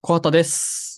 小畑です。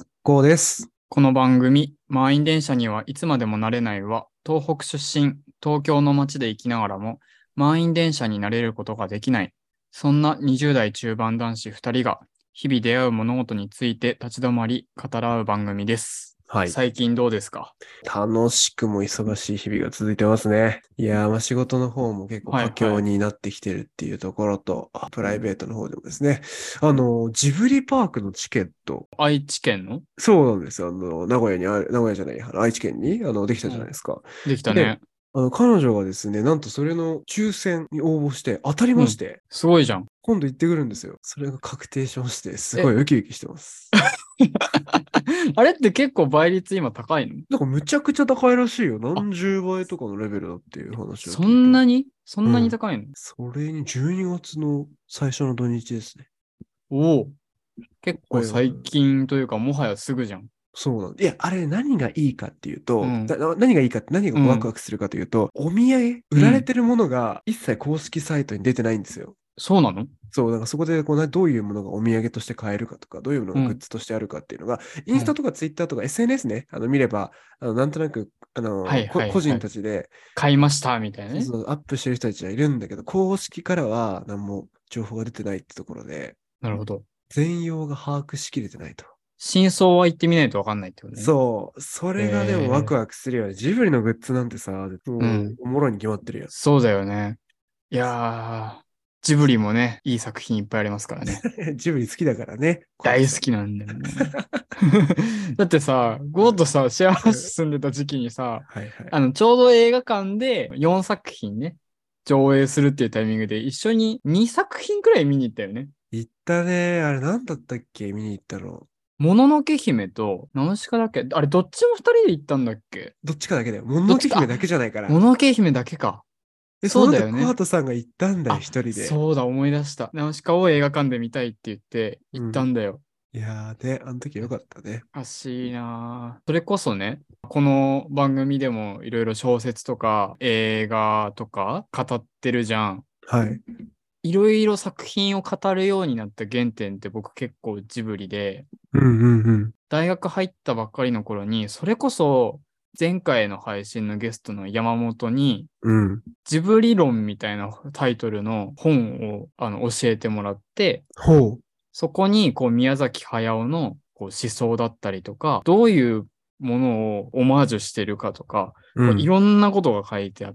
こうです。 この番組、満員電車にはいつまでもなれないは、東北出身、東京の街で生きながらも、満員電車になれることができない。そんな20代中盤男子2人が、日々出会う物事について立ち止まり、語らう番組です。 はい。 最近どうですか？ 楽しくも忙しい日々が続いてますね。いやー、仕事の方も結構佳境はいはい。 になってきてるっていうところと、プライベートの方でもですね、ジブリパークのチケット、 愛知県の？ そうなんですよ。名古屋にある、名古屋じゃない、愛知県に、できたじゃないうん。 ですか。で、 できたね。 彼女がですね、なんとそれの抽選に応募して当たりうん。 まして、 すごいじゃん。 今度行ってくるんですよ。それが確定しまして、すごえ、 いウキウキしてます。 あれって結構倍率今高いの？ なんかむちゃくちゃ高いらしいよ。何十倍とかのレベルだっていう話をそ聞いた。 んなにそんなにうん。 高いの？ それに12月の最初の土日ですね。 おお。結構最これは、 近というか、もはやすぐじゃん。 そうなんだ。いや、あれ何がいいかっていうと、 うん。 何がいいかって何がうん。 ワクワクするかというと、お土産、売うん。 られてるものが一切公式サイトに出てないんですよ。 そうなの？ そう、そこでどういうものがお土産として買えるかとか、どういうものうん。 がグッズとしてあるかっていうのが、イうん。 ンスタとかツイッターとか SNS ね、見れば、なんとなく、 はいはい個人はい。 たちで、 買いました、みたいなね。 そうそう、アップしてる人たちはいるんだけど、公式からは何も情報が出てないってところで、 なるほど。 全容が把握しきれてないと。 真相は言ってみないとわかんないってことね。 そう、それがでもワクえワクするよね。ジブリのグッズなんてさ、もうん。 うおもろいに決まってるやん。 そうだよね。いやー、ジブリもね、いい作品いっぱいありますからね。 ジブリ好きだからね、小大畑さん。 好きなんだよね。だってさ、ゴーとさ、シェアハウスうん、 住んでた時期にさ、 はいはい。 ちょうど映画館で4作品ね、上映するっていうタイミングで一緒に2作品くらい見に行ったよね。 行ったね。あれ何だったっけ、見に行ったの。 もののけ姫とナウシカだっけ？あれ、どっちも二人で行ったんだっけ？ どっちかだけだよ。ものどっちか、 のけ姫だけじゃないかもら。 ののけ姫だけか。 その後、 そうだよね。 小畑さんが行ったんだよ、 あ、 一人で。 そうだ、思い出した。ナウシカを映画館で見たいって言って行ったうん。 んだよ。 いやー、ね、あの時よかったね。 おかしいなぁ。それこそね、この番組でもいろいろ小説とか映画とか語ってるじゃん。 はい。 いろいろ作品を語るようになった原点って僕結構ジブリで、 うんうんうん。 大学入ったばっかりの頃に、それこそ前回の配信のゲストの山本にうん。 ジブリ論みたいなタイトルの本を教えてもらって、 ほう。 そこにこう宮崎駿のこう思想だったりとか、どういうものをオマージュしてるかとか、こういうん。 ろんなことが書いてあって、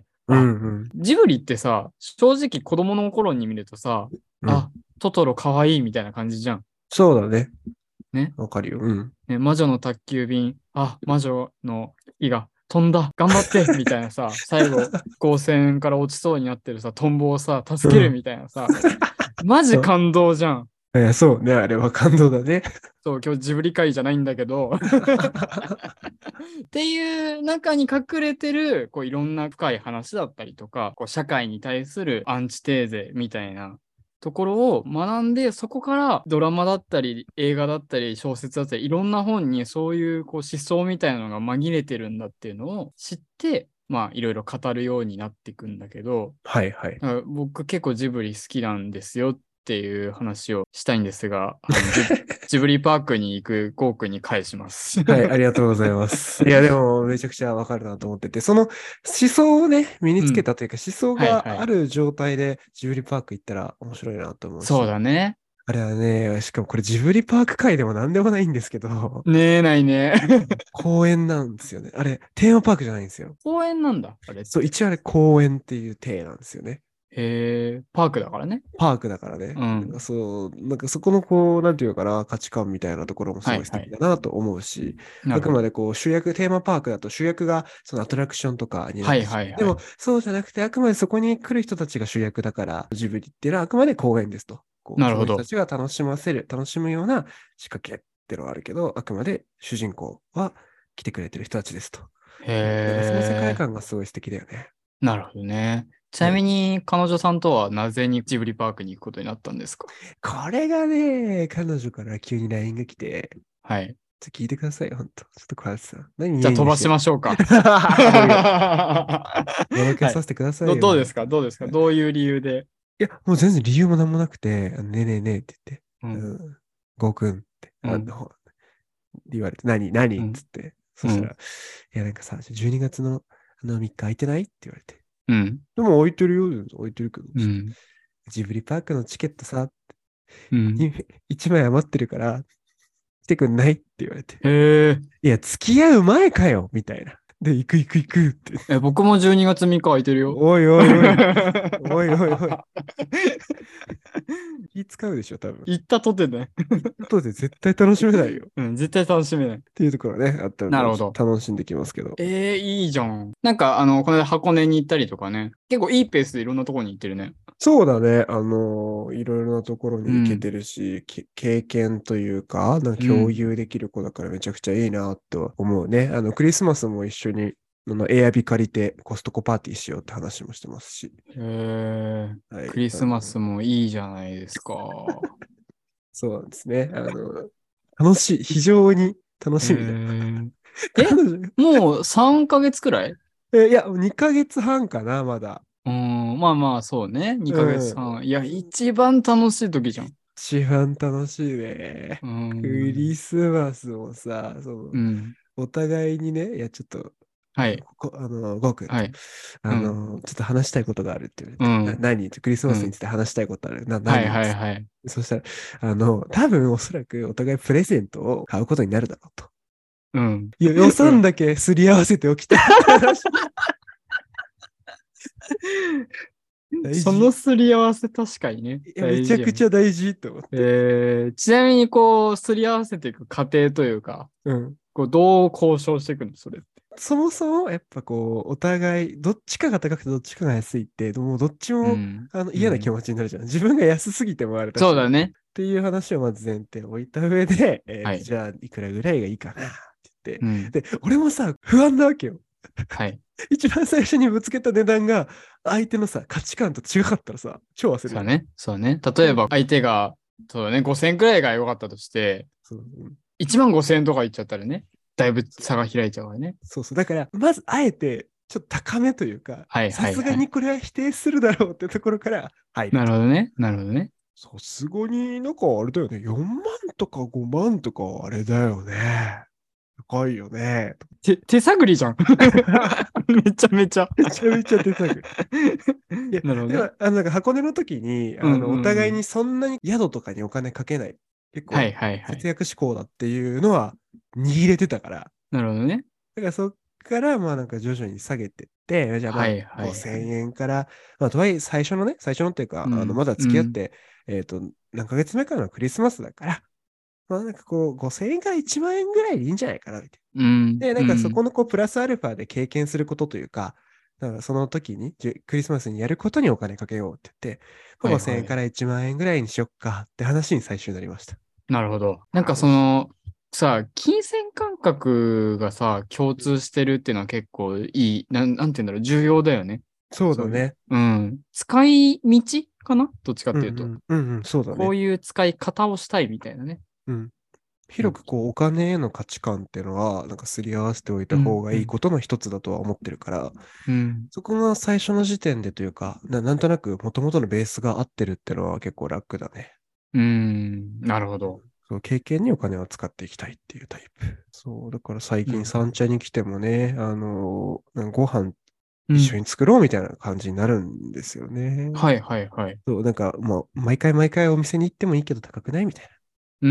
あ、 うんうん。 ジブリってさ、正直子供の頃に見るとさ、 うん。 あ、トトロかわいいみたいな感じじゃん。 そうだね。 ね。 わかるよ。うん。 ね、魔女の宅急便、あ、魔女の木が飛んだ、頑張ってみたいなさ、最後、飛行船から落ちそうになってるさ、トンボをさ、助けるうん。 みたいなさ、マジ感動じゃん。 そうね。あれは感動だね。 そう、今日ジブリ会じゃないんだけどっていう中に隠れてる、こういろんな深い話だったりとか、こう社会に対するアンチテーゼみたいなところを学んで、そこからドラマだったり、映画だったり、小説だったり、いろんな本にそういうこう思想みたいなのが紛れてるんだっていうのを知って、まあいろいろ語るようになっていくんだけど、 はいはい。 僕結構ジブリ好きなんですよっていう話をしたいんですが、ジブリパークに行くゴーくんに返します。 はい、ありがとうございます。いや、でも、めちゃくちゃわかるなと思ってて、その思想をね、身にうん。 つけたというか、思想はいはい。 がある状態でジブリパーク行ったら面白いなと思うそうし、 だね。 あれはね、しかもこれジブリパーク界でも何でもないんですけど、 ねえないね。 公園なんですよね。あれ、テーマパークじゃないんですよ。 公園なんだ、あれっそう、 て。 一応あれ公園っていう体なんですよね。 へえ、パークだからね。 パークだからね。 うん。 そこのなんていうかな、価値観みたいなところもすごい素はいはい。 敵だなと思うし、あくまなるほど。 でテーマパークだと主役がそのアトラクションとかになっはいてしまう。でも、 はいはい。 そうじゃなくて、あくまでそこに来る人たちが主役だから、ジブリっていうのはあくまで公園ですと。その人たなるほど。 ちが楽しむような仕掛けっていうのはあるけど、あくまで主人公は来てくれてる人たちですと。 へその世界え、 観がすごい素敵だよね。 なるほどね。ちなはい。 みに、彼女さんとはなぜにジブリパークに行くことになったんですか？ これがね、彼女から急に LINE が来て、 はい。 聞いてくださいよ、ほんと。ちょっと小林さん。何ニじゃあ飛ばしヤニヤしてる。 ましょうか。 お願い。おろけはい。 させてくださいよ。 どうですか？どうですか？どういう理由で？ いや、もう全然理由もなんもなくて、ねえねえねえって言って、 うん。 ゴーくんって。 うん言われて、何うんっつって。そしたら、いや、なんかさ、12月の3日空いてないって言われて。 うんでも空いてるよ。空いてるけど。 うんジブリパークのチケットさ、 うん 1枚余ってるから、来てくんないって言われて。 へえ。 いや、付き合う前かよみたいな。で、行くって。 僕も12月3日空いてるよ。 おいおいおい。おいおいおい。気使うでしょ、多分。 行ったとてね。 後で絶対楽しめないよ。っうん、絶対楽しめない。 ていうところね、あったので、 なるほど。 ちょっと楽しんできますけど。 いいじゃん。なんか、この間箱根に行ったりとかね。結構いいペースでいろんなところに行ってるね。 そうだね。いろいろなところうん。 に行けてるし、経験というか、なんか共うん。 有できる子だからめちゃくちゃいいなと思うね。クリスマスも一緒に、エアビ借りてコストコパーティーしようって話もしてますし。はい。 クリスマスもいいじゃないですか。 そうなんですね。楽しい。非常に楽へしみだ。 ーえ、 彼女、 もう3ヶ月くらい？ いや、2ヶ月半かな、まだ。 まあまあ、そうね。 う 2ヶ月ん。 半。いや、一番楽しい時じゃん。 一番楽しいね。 うクリん。 スマスもさ、 うん。 お互いにね、いや、ちょっと、 はい。 ゴーくんと、 はい。うん。 ちょっと話したいことがあるって言われて、 うん。 何ってクリスマスにうん。 ついて話したいことある。 はい何つって。 はいはい。 そしたら、多分おそらくお互いプレゼントを買うことになるだろうと。 うん。 いや、予うん。 算だけすり合わせておきたいって話。大その事。 すり合わせ確かにね、 いや、め大事やね。 ちゃくちゃ大事と思って。 ちなみにこう、すり合わせていく過程というか、 うん。 こう、どう交渉していくの、それって。 そもそも、やっぱこう、お互い、どっちかが高くてどっちかが安いって、もうどっちも、 うん。 嫌な気うん。 持ちになるじゃん。自分が安すぎてもあれだし。 そうだね。 っていう話をまず前提に置いた上で、 はい。 じゃあ、いくらぐらいがいいかなってうん。 言って。で、俺もさ、不安なわけよ。 はい。 一番最初にぶつけた値段が、相手のさ、価値観と違かったらさ、超焦るじゃん。 そうだね。そうだね。例えば、相手が、そうだね、5000円くらいが良かったとして、 そう、うん 1万5000円とか言っちゃったらね、だいぶそう差が開いちゃうからね。 そうそう。だから、まず、あえて、ちょっと高めというか、 はいさすがはいはい。 にこれは否定するだろうってところから入ると。 なるほどね。なるほどね。 さすがになんかあれだよね。4万とか5万とかあれだよね。高いよね。 手探りじゃん。めちゃめちゃ。 めちゃめちゃ出たく。いや、 なるほどね。 でも、なんか箱根の時に、 うんうんおうん。 互いにそんなに宿とかにお金かけない。結構、 はいはいはい。 節約志向だっていうのは握れてたから。 なるほどね。 だからそっから、まあなんか徐々に下げてって、じゃあまあはいはいは 5000 い。 円から、まあとはいえ最初のね、最初のっていうか、 うん。 まだうん。 付き合って、何ヶ月目からのクリスマスだから、まあなんかこう、5000円から1万円ぐらいでいいんじゃないかな、みたいうん。 な。で、なんかそうん。 このこう、プラスアルファで経験することというか、だからその時に、クリスマスにやることにお金かけようって言って、まあ5000 はいはい。 円から1万円ぐらいにしよっかって話に最初になりました。 なるほど。なんかはい。 さ、金銭感覚がさ、共通してるっていうのは結構いい、なんて言うんだろう、重要だよね。そういう。 そうだね。 うん。使い道かなどっちかっていうと。 うんうん。うんうん。そうだね。 こういう使い方をしたいみたいなね。 うん。 うん広くこうお金への価値観っていうのは、なんかすり合わせておいた方うん。うん。 がいいことの一つだとは思ってるから、 うん。 そこが最初の時点でというか、なんとなく元々のベースが合ってるっていうのは結構楽だね。 なるほど。 うんそう経験にお金を使っていきたいっていうタイプ。そう、だから最近うん。 三茶に来てもね、ご飯うん。 一緒に作ろうみたいな感じになるんですよね。 はいはいはい。 そう、なんかもう毎回毎回お店に行ってもいいけど高くないみたいな。 うん。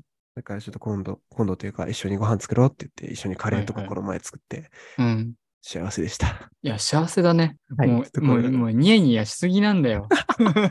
だからちょっと今度というか一緒にご飯作ろうって言って一緒にカレーはいはい。 とかこの前作ってうん。 幸せでした。 いや、幸せだね。 はい。ところが、 もう、ニヤニヤしすぎなんだよ。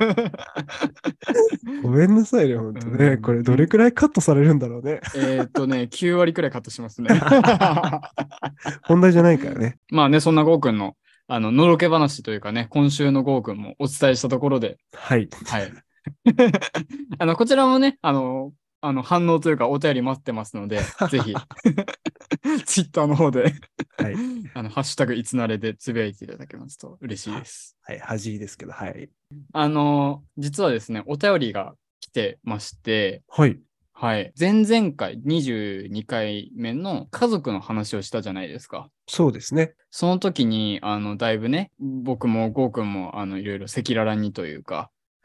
ごめんなさいね、ほんうとね。これどれん。 くらいカットされるんだろうね。 9割くらいカットしますね。 本題じゃないからね。 まあね、そんなゴーくんの、のろけ話というかね、今週のゴーくんもお伝えしたところで、 はい。 はい。こちらもね、反応というかお便り待ってますので、ぜひ、ツイッターの方ではい。 ハッシュタグいつなれでつぶやいていただけますと嬉しいでは、 す。 はい。恥いですけど、はい。 実はですね、お便りが来てまして、 はい。 はい。前々回、22回目の家族の話をしたじゃないですか。 そうですね。 その時に、だいぶね、僕もゴーくんも、いろいろ赤裸々にというか、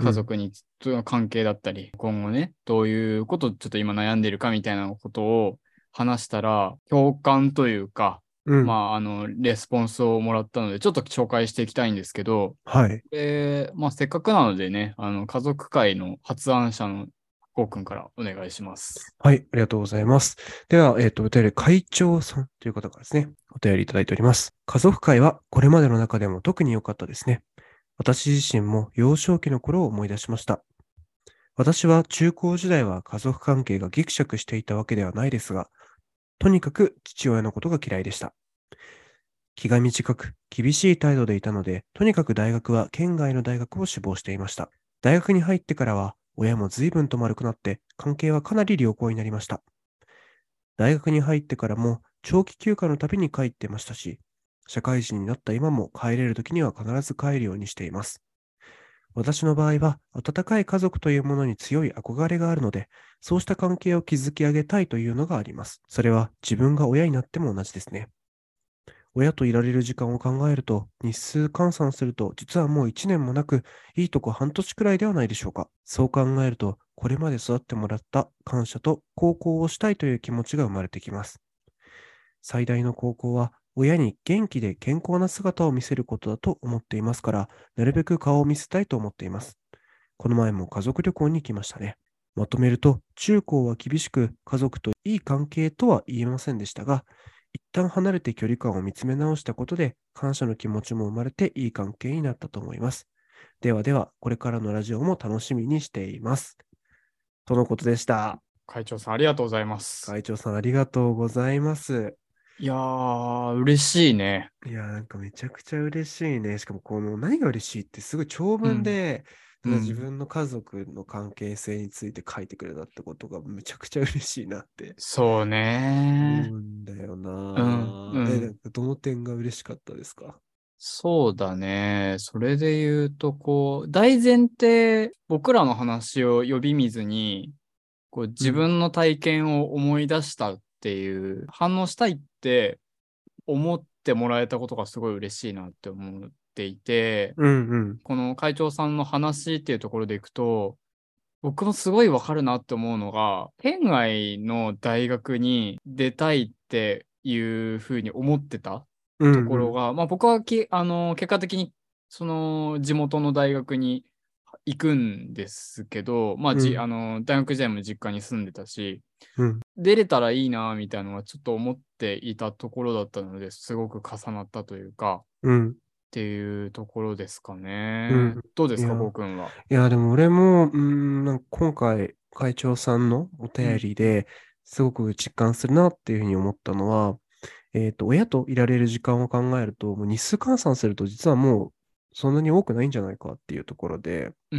家族に関係だったり、今後ね、どういうことちょっと今悩んでるかみたいなことを話したら、共感というか、 うん。 レスポンスをもらったので、ちょっと紹介していきたいんですけど、 はい。 せっかくなのでね、家族会の発案者のゴーくんからお願いします。 はい。ありがとうございます。では、お便り会長さんという方からですね、お便りいただいております。家族会はこれまでの中でも特に良かったですね。私自身も幼少期の頃を思い出しました。私は中高時代は家族関係がギクシャクしていたわけではないですが、とにかく父親のことが嫌いでした。気が短く、厳しい態度でいたので、とにかく大学は県外の大学を志望していました。大学に入ってからは、親も随分と丸くなって、関係はかなり良好になりました。大学に入ってからも、長期休暇のたびに帰ってましたし、社会人になった今も帰れる時には必ず帰るようにしています。私の場合は、温かい家族というものに強い憧れがあるので、そうした関係を築き上げたいというのがあります。それは自分が親になっても同じですね。親といられる時間を考えると、日数換算すると、実はもう1年もなく、いいとこ半年くらいではないでしょうか。そう考えると、これまで育ってもらった感謝と孝行をしたいという気持ちが生まれてきます。最大の孝行は、親に元気で健康な姿を見せることだと思っていますから、なるべく顔を見せたいと思っています。この前も家族旅行に行きましたね。まとめると、中高は厳しく家族といい関係とは言えませんでしたが、一旦離れて距離感を見つめ直したことで、感謝の気持ちも生まれていい関係になったと思います。ではでは、これからのラジオも楽しみにしています。とのことでした。 会長さん、ありがとうございます。 会長さん、ありがとうございます。 いやー、嬉しいね。 いやー、なんかめちゃくちゃ嬉しいね。しかも、この何が嬉しいってすごい長うん。 文で、ただ自うん。 分の家族の関係性について書いてくれたってことがめちゃくちゃ嬉しいなってそうね。 思うんだようん。 な。なんうん。 かどの点が嬉しかったですか？ そうだね。それで言うと、大前提、僕らの話を呼び水に、自うん。 分の体験を思い出したっていう、反応したいって思ってもらえたことがすごい嬉しいなって思っていて、 うんうん。 この会長さんの話っていうところでいくと、僕もすごいわかるなって思うのが、県外の大学に出たいっていうふうに思ってたとうんうん。 ころが、僕は結果的にその地元の大学に行くんですけど、 うん。 大学時代も実家に住んでたし、 うん。 出れたらいいなみたいなのはちょっと思っていたところだったので、すごく重なったというか、 うん。 っていうところですかね。 うん。 どうですか、 いや、 ゴーくんは。 でも俺も、なんか今回、会長さんのおうん。 便りですごく実感するなっていうふうに思ったのは、親といられる時間を考えると、もう日数換算すると実はもうそんなに多くないんじゃないかっていうところで、 うん。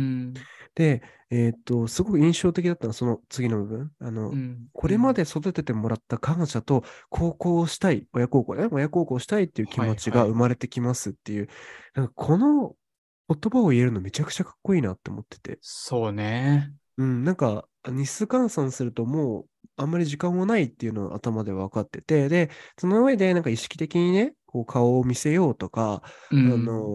で、すごく印象的だったのはその次の部分。 うん。 これまうん。 で育ててもらった感謝と、高校をしたい、親孝行ね、親孝行したいっていう気持ちはいはい。 が生まれてきますっていう、なんかこの言葉を言えるのめちゃくちゃかっこいいなって思ってて。 そうね。 なんか日数換算するともうあんまり時間もないっていうのを頭で分かってて、で、その上でなんか意識的にね、こう顔を見せようとか、 うん。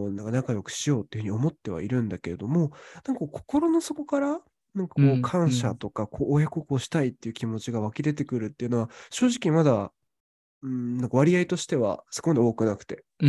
なんか仲良くしようっていうふうに思ってはいるんだけれども、なんかこう心の底から、なんかこううん。 感謝うん。 とか、こう親孝行したいっていう気持ちが湧き出てくるっていうのは、正直まだ、なんか割合としてはそこまで多くなくて。 うん。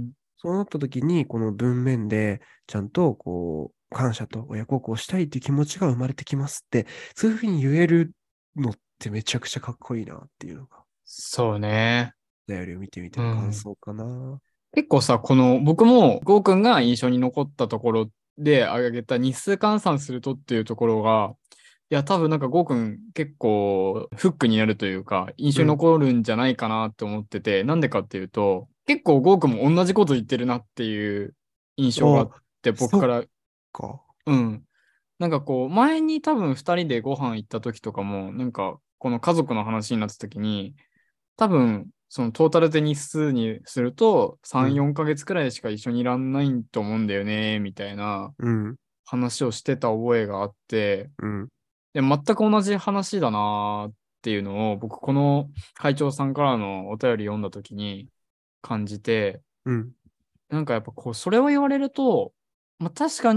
そうなった時に、この文面で、ちゃんと、こう、感謝と親孝行したいっていう気持ちが生まれてきますって、そういうふうに言えるのってめちゃくちゃかっこいいなっていうのが、 そうね。 お便りを見てみての感うん。 想かな。 結構さ、僕も、ゴーくんが印象に残ったところで挙げた日数換算するとっていうところが、いや、多分なんかゴーくん結構フックになるというか、印象にうん。 残るんじゃないかなって思ってて、なんでかっていうと、結構ゴーくんも同じこと言ってるなっていう印象がああ、 って、僕そっから、 か。 うん。なんか前に多分二人でご飯行った時とかも、なんか、この家族の話になった時に、多分、そのトータルで日数にすると、3、 うん。 4ヶ月くらいしか一緒にいらんないと思うんだよね、みたいなうん。 話をしてた覚えがあって、 うん。 で、全く同じ話だなっていうのを、僕、この会長さんからのお便り読んだ時に感じて、 うん。 なんかやっぱそれを言われると、確かに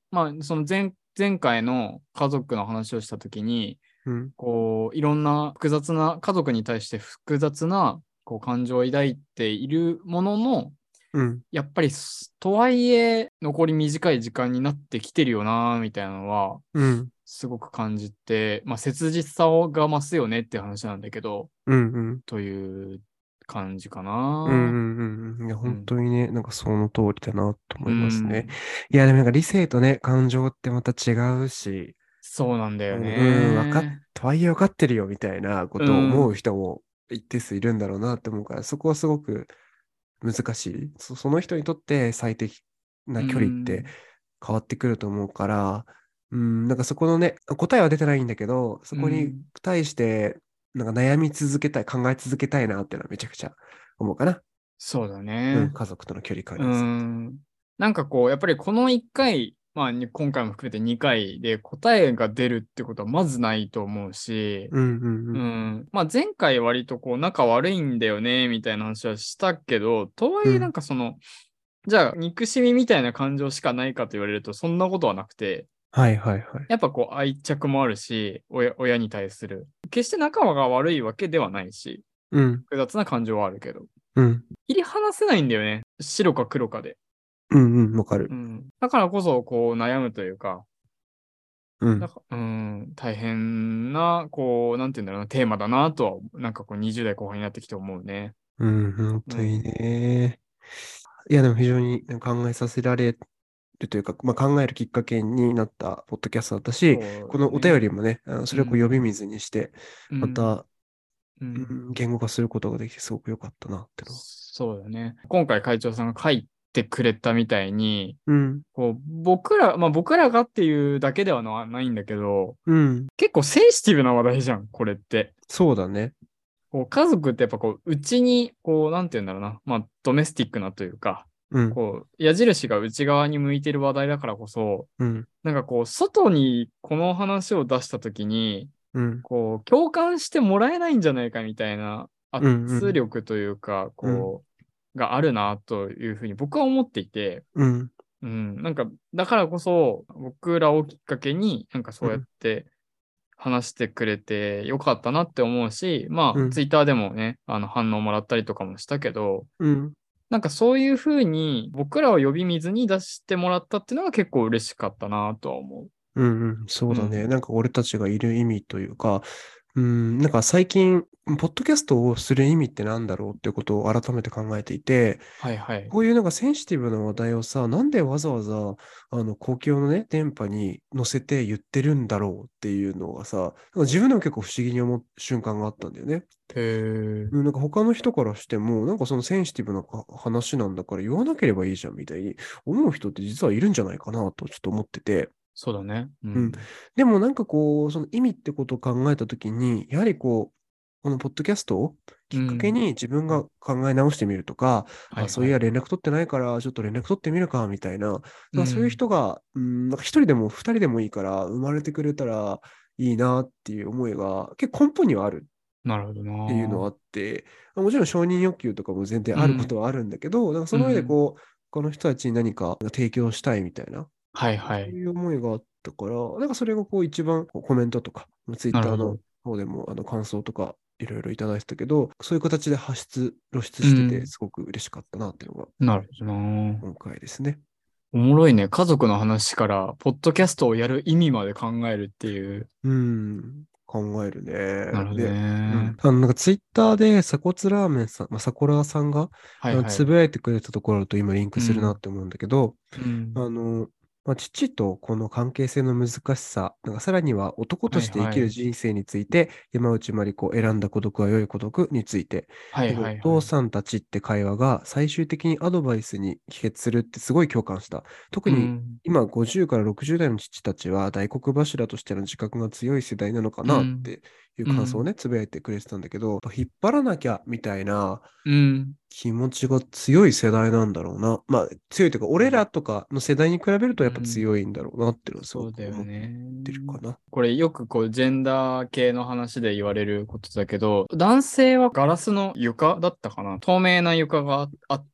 まあ、その前回の家族の話をしたときに、 うん。 こう、いろんな家族に対して複雑な、こう、感情を抱いているものの、 うん。 やっぱり、とはいえ、残り短い時間になってきてるよな、みたいなのは、 うん。 すごく感じて、まあ、切実さが増すよねって話なんだけど、 うん。うん。 という感じかうん。 な。 うん。いや、本うん。 当にね、なんかその通りだなと思ういますね。 ん。 いや、でもなんか理性とね、感情ってまた違うし、 そうなんだようん、 ね。 とはいえ分かってるよみたいなこうとを思うん。 人も一定数いるんだろうなって思うから、そこはすごく難しい。その人にとって最適うな距離ってん。 変わってくると思うから、なんかそこのね、答えは出てないんだけど、そこにうん。 対してなんか悩み続けたい、考え続けたいなっていうのはめちゃくちゃ思うかな。 そうだうん、 ね。 家族との距離感うについて。 ん。なんかこう、やっぱりこの1回、まあ、今回も含めて2回で答えが出るってことはまずないと思うし、 うんうんうん。 まあ前回割とこう仲悪いんだよね、みたいな話はしたけど、とはいえなんうん。 かじゃあ憎しみみたいな感情しかないかと言われるとそんなことはなくて、 はいはいはい。 やっぱこう愛着もあるし、親に対する。決して仲が悪いわけではないし、 うん。 複雑な感情はあるけど、 うん。 切り離せないんだよね。白か黒かで。 うんうん。わかる。 だからこそこう悩むというか、 うん。 大変な、こう、なんて言うんだろうな、テーマだなとは、なんかこう20代後半になってきて思うね。 うん、本当にうん。 ね。いや、でも非常に考えさせられるというか、まあ、考えるきっかけになったポッドキャストだったし、 そうこのお便だね。 りもね、それをこう呼びうん。 水にして、 うん。 また、 うん。 言語化することができてすごく良かったなってのは。 そうだね。今回会長さんが書いてくれたみたいに、 うん、 こう、僕らがっていうだけではないんだけど、 うん、 結構センシティブな話題じゃん、これって。 そうだね。 こう、家族ってやっぱこう、うちに、こう、なんて言うんだろうな。まあ、ドメスティックなというか、 うん、 こう、矢印が内側に向いてる話題だからこそ、 うん、 なんかこう、外にこの話を出したときに、 うん、 こう、共感してもらえないんじゃないかみたいなうん、うん、 圧力というか、 うん、 こう、があるなというふうに僕は思っていて、 うん、 なんか、だからこそ、僕らをきっかけに、なんかそうやっうん、 て話してくれてよかったなって思うし、まあ、ツうん、 イッターでもね、反応もらったりとかもしたけど、 うん、 なんかそういうふうに僕らを呼び水に出してもらったっていうのが結構嬉しかったなとは思うん、うん、そう。 うだね。なんか俺たちがいる意味というか、なんか最近、ポッドキャストをする意味ってなんだろうってことを改めて考えていて、 はいはい。 こういうなんかセンシティブな話題をさ、なんでわざわざ、公共のね、電波に乗せて言ってるんだろうっていうのがさ、なんか自分でも結構不思議に思う瞬間があったんだよね。 へえ、 なんか他の人からしても、なんかそのセンシティブな話なんだから言わなければいいじゃんみたいに思う人って実はいるんじゃないかなとちょっと思ってて。 そうだね。ううん。 ん。 でもなんかこう、その意味ってことを考えたときに、やはりこう、このポッドキャストをきっかけうん。 に自分が考え直してみるとか、そういはいはい。 や連絡取ってないからちょっと連絡取ってみるかみたいな、なんかそういううん。 人が、なんか一人でも二人でもいいから生まれてくれたらいいなっていう思いが結構根本にはあるなるほどっていうのはあな。 って、もちろん承認欲求とかも全然あるこうん。 とはあるんだけど、なんかその上でうん。 こう、この人たちに何か提供したいみたいな、 はいはい。 そういう思いがあったから、なんかそれがこう一番こうコメントとか、ツイッターのなるほど。 方でも感想とかいろいろいただいてたけど、そういう形で露出しててうん。 すごく嬉しかったなっていうのがなるほどな。 今回ですね。 おもろいね。家族の話から、ポッドキャストをやる意味まで考えるっていう。 考えるね。 なるほどで、 ね。 なんかツイッターで鎖骨ラーメンさん、サコラーさんがつはいはい。 ぶやいてくれたところと今リンクするなうん。 って思うんだけど、 うん。 あの、父とこの関係性の難しさ、なんかさらには男とはいして生きるはい。 人生について、山内まり子選んだ孤独は良い孤独について、 はいおはいはい。 父さんたちって会話が最終的にアドバイスに帰結するってすごい共感した。特にうん。 今50から60代の父たちは大黒柱としての自覚が強い世代なのかうん。 なっていう感想をね、つぶやいてくれてたんだけど、引っ張らなきゃみたいなうん。 気持ちが強い世代なんだろうな。まあ、強いというか、俺らとかの世代に比べるとやっぱ強いんだろうなっていうのはすそうだよごく思っね。 てるかな。 これよくこうジェンダー系の話で言われることだけど、男性はガラスの床だったかな、透明な床があって、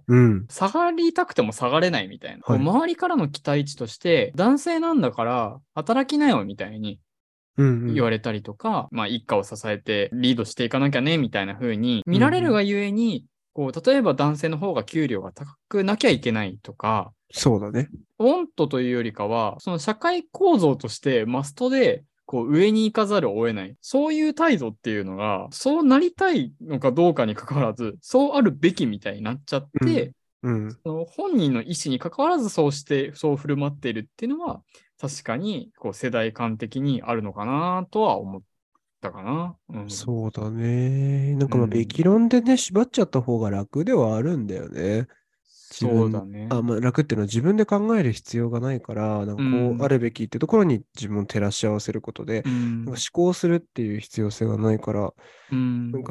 うん。 下がりたくても下がれないみたいな。こうはい。 周りからの期待値として、男性なんだから働きなよみたいにうんうん。 言われたりとか、まあ一家を支えてリードしていかなきゃねみたいな風に見られるうんうん。 がゆえに、こう例えば男性の方が給料が高くなきゃいけないとか、 そうだね。 ウォントというよりかは、その社会構造としてマストで、こう上に行かざるを得ない。そういう態度っていうのが、そうなりたいのかどうかに関わらず、そうあるべきみたいになっちゃっうん。 て、 うん。 その本人の意思に関わらずそうして、そう振る舞っているっていうのは、確かにこう世代間的にあるのかなとは思ったかな。うん。 そうだね。なんかまあ、べうん。 き論でね、縛っちゃった方が楽ではあるんだよね。自分、 そうだね。 まあ楽っていうのは自分で考える必要がないから、なんかうこうあん。 るべきってところに自分を照らし合わせることで、 うん。 なんか思考するっていう必要性がないから、 うん。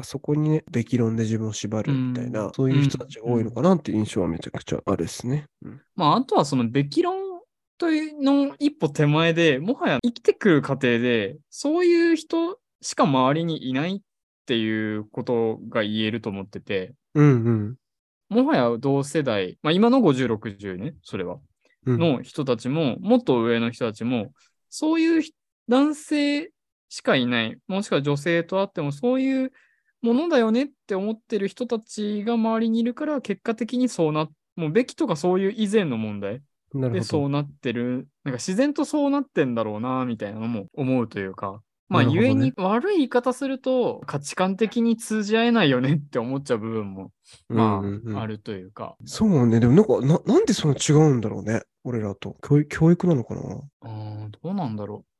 なんかそこにね、べき論で自分を縛うるみたいん。 な、そういう人たうん。 ちが多いのうん。 かなっていう印象はめちゃくちゃあるですね。うん。 まあ、あとはその、べき論というの一歩手前で、もはや生きてくる過程で、そういう人しか周りにいないっていうことが言えると思ってて、 うんうん。 もはや同世代、まあ今の50、60ね、それは、 うん。 の人たちも、もっと上の人たちも、そういう男性しかいない、もしくは女性とあっても、そういうものだよねって思ってる人たちが周りにいるから、結果的にそうな、もうべきとかそういう以前の問題でなるほど。 そうなってる、なんか自然とそうなってんだろうな、みたいなのも思うというか、まあ、 なるほどね。 故に悪い言い方すると価値観的に通じ合えないよねって思っちゃう部分も、 うんうまあ、あんうん。 るというか、 そうね。でもなんか、なんでその違うんだろうね。俺らと。教育なのかな。 どうなんだろ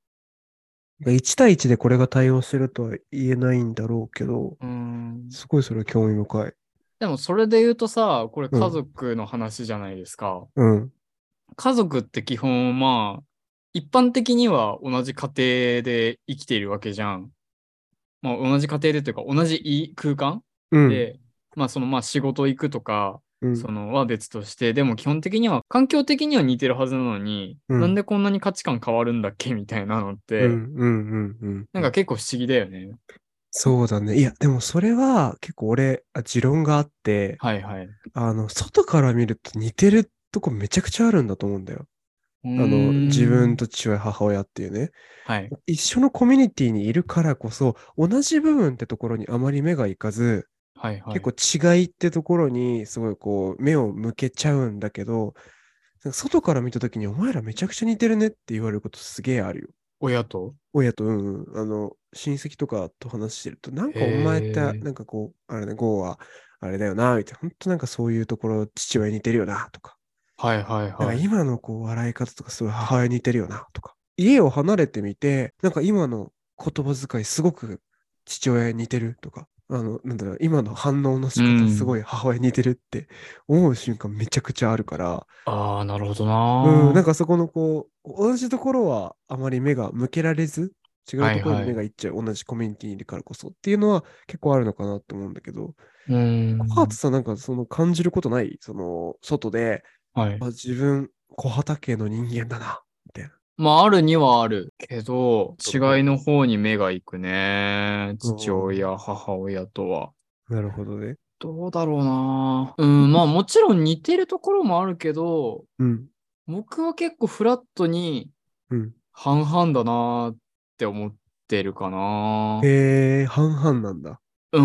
1対1でこれが対応するとは言えないんだろうけど、 う。 すごいそれは興味深い。 でもそれで言うとさ、これ家うん。 族の話じゃないですか。 うん。 家族って基本、まあ、一般的には同じ家庭で生きているわけじゃん。まあ、同じ家庭でというか、同じ空間うん。 で、まあ、その、まあ、仕事行くとか、 うん。 その、は別として、でも基本的には、環境的には似てるはずなのに、 うん。 なんでこんなに価値観変わるんだっけみたいなのっうん。 て、 うん。うん。うん。 なんか結構不思議だよね。 そうだね。いや、でもそれは結構俺、持論があって、 はいはい。 外から見ると似てるとこめちゃくちゃあるんだと思うんだよ。 うー自分ん。 と父親、母親っていうね。 はい。 一緒のコミュニティにいるからこそ、同じ部分ってところにあまり目がいかず、結はいはい。 構違いってところにすごいこう目を向けちゃうんだけど、なんか外から見たときにお前らめちゃくちゃ似てるねって言われることすげえあるよ。 親と親と、うんうん、親戚とかと話してると、なんへかお前って、 え。 なんかこう、あれね、ゴーはあれだよな、みたいな、本当なんかそういうところ父親に似てるよな、とか。 はいはいなんかはい。 今のこう笑い方とかすごい母親に似てるよな、とか。家を離れてみて、なんか今の言葉遣いすごく父親に似てるとか、なんだろう、今の反応のう仕方すごん。 い母親に似てるって思う瞬間めちゃくちゃあるから、 ああ、なるほどうん、なんなかそこのこう、同じところはあまり目が向けられず、違ー。 うところにはいはい。 目がいっちゃう、同じコミュニティにいるからこそっていうのは結構あるのかなって思うんだけど、 うーん。 ハーツさんなんかその感じることない外で、 はい。 自分、小畑家の人間だな、みたいな。 まあ、あるにはあるけど、違いのほ方に目が行くね。 う。 父親、母親とは。 なるほどね。 どうだろうな。うん、まあもちろん似てるところもあるけど、 うん、 僕は結構フラットにうん。 半々だなって思ってるかな。 半々なんだ。 うん。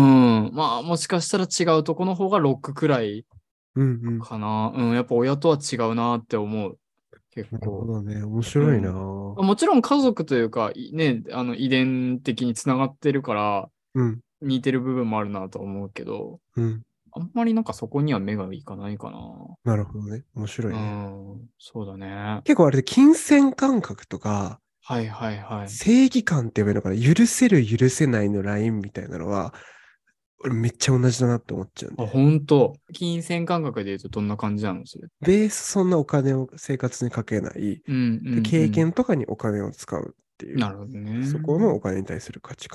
まあもしかしたら違うとこの方がロックくらいうん、うん。 かな。うん。やっぱ親とは違うなって思う。結なるほ構。 どね。面白いな。 うん。もちろん家族というか、ね、遺伝的につながってるから、 うん、 似てる部分もあるなと思うけど、 うん。 あんまりなんかそこには目がいかないかな。 なるほどね。面白ういね。 ん。そうだね。 結構あれで金銭感覚とか、 はいはいはい。 正義感って言えばいいのかな、許せる許せないのラインみたいなのは、俺めっちゃ同じだなって思っちゃうんあ、 で。 ほんと。金銭感覚で言うとどんな感じなのそれ？ ベースそんなお金を生活にかけない。 うんうで、 んうん。 経験とかにお金を使うっていう、 なるほどね。 そこのお金に対する価値観。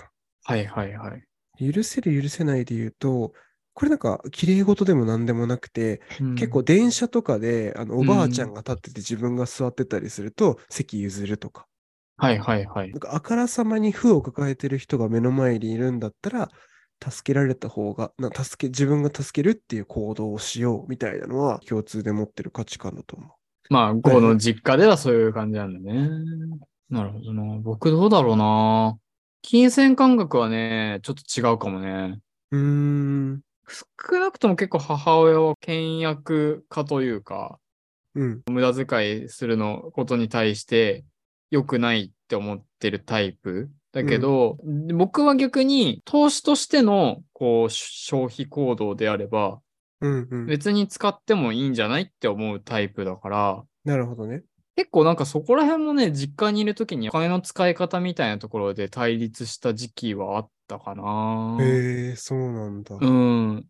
はいはいはい。 許せる許せないで言うと、これなんか綺麗事でも何でもなくて、結構うん。 電車とかでおばあちゃんうん。 が立ってて自分が座ってたりすると席譲るとか、 はいはいはい。 なんかあからさまに負を抱えてる人が目の前にいるんだったら、助けられた方が、自分が助けるっていう行動をしようみたいなのは共通で持ってる価値観だと思まあ、 う。はいこのはい。 実家ではそういう感じなんだね。なるほどな。僕どうだろうな。金銭感覚はね、ちょっと違うかもね。 うーん、 少なくとも結構母親は倹約家というか、 うん、 無駄遣いするのことに対して良くないって思ってるタイプ。だうん、 けど、僕は逆に投資としてのこう消費行動であれば、 うん、うん。 別に使ってもいいんじゃないって思うタイプだから、 なるほどね。 結構なんかそこら辺もね、実家にいるときにお金の使い方みたいなところで対立した時期はあったかな。 へえ、そうなんだ。 うん、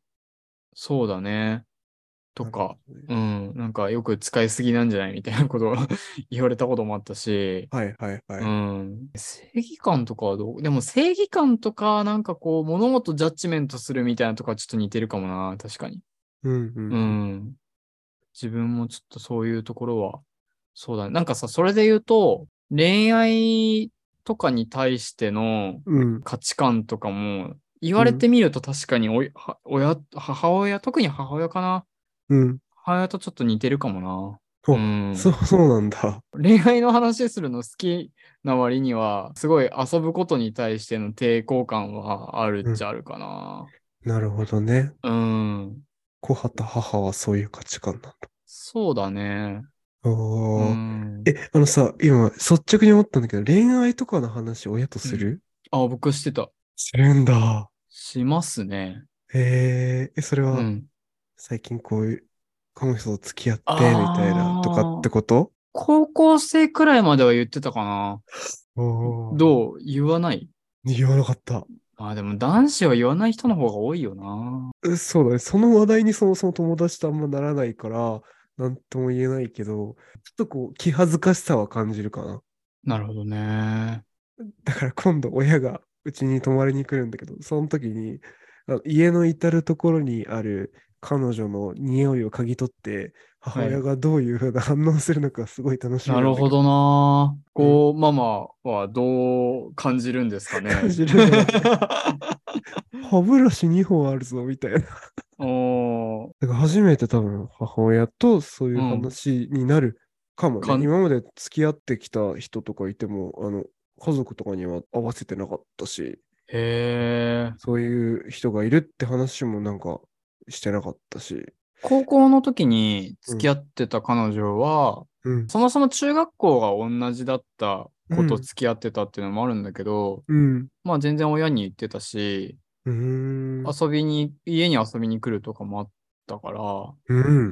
そうだね。となるほか、 どね。 うん、なんかよく使いすぎなんじゃないみたいなことを言われたこともあったし、 はいはいはうい。 ん。正義感とかはどうでも正義感とか、なんかこう、物事ジャッジメントするみたいなとかはちょっと似てるかもな。確かに。 うん、ううん、 ん。自分もちょっとそういうところは、そうだね。なんかさ、それで言うと、恋愛とかに対してのうん、 価値観とかも、言うん、 われてみると確かに母親、特に母親かな。 うん。 母親とちょっと似てるかもな。うお、 ん。 そうなんだ。 恋愛の話するの好きな割には、すごい遊ぶことに対しての抵抗感はあるっうん。 ちゃあるかな。 なるほどね。 うん。 小畑母はそういう価値観なんだ。 そうだね。うおー。 ん。 今、率直に思ったんだけど、恋愛とかの話親とうん。 するあ、僕してた。 するんだ。 しますね。 それはうん。 最近こういう、この人と付き合って、みたいな、とかってああ、 こと？ 高校生くらいまでは言ってたかな。 おー。 どう言わない？ 言わなかった。 まあでも男子は言わない人の方が多いよな。 そうだね。その話題にそもそも友達とあんまならないから、なんとも言えないけど、ちょっとこう、気恥ずかしさは感じるかな。 なるほどね。 だから今度親がうちに泊まりに来るんだけど、その時に、家の至るところにある彼女の匂いを嗅ぎ取って、母はい。 親がどういうふうな反応するのかすごい楽しみなんだけど。 なるほどな。 うん。 こう、ママはどう感じるんですか感ね。 じるのはね、歯ブラシ2本あるぞ、みたいな。 おー、 だから初めて多分母親とそういううん。 話になるかもね。 かん、 今まで付き合ってきた人とかいても、家族とかには合わせてなかったし、 へえ。 そういう人がいるって話もなんかしてなかったし。 高校の時にうん、 付き合ってた彼女は、 うん、 そもそも中学校が同じだった子とうん、 付き合ってたっていうのもあるんだけど、 うん、 まあ全然親に言ってたし、 うーん、 家に遊びに来るとかもあったから、 うん、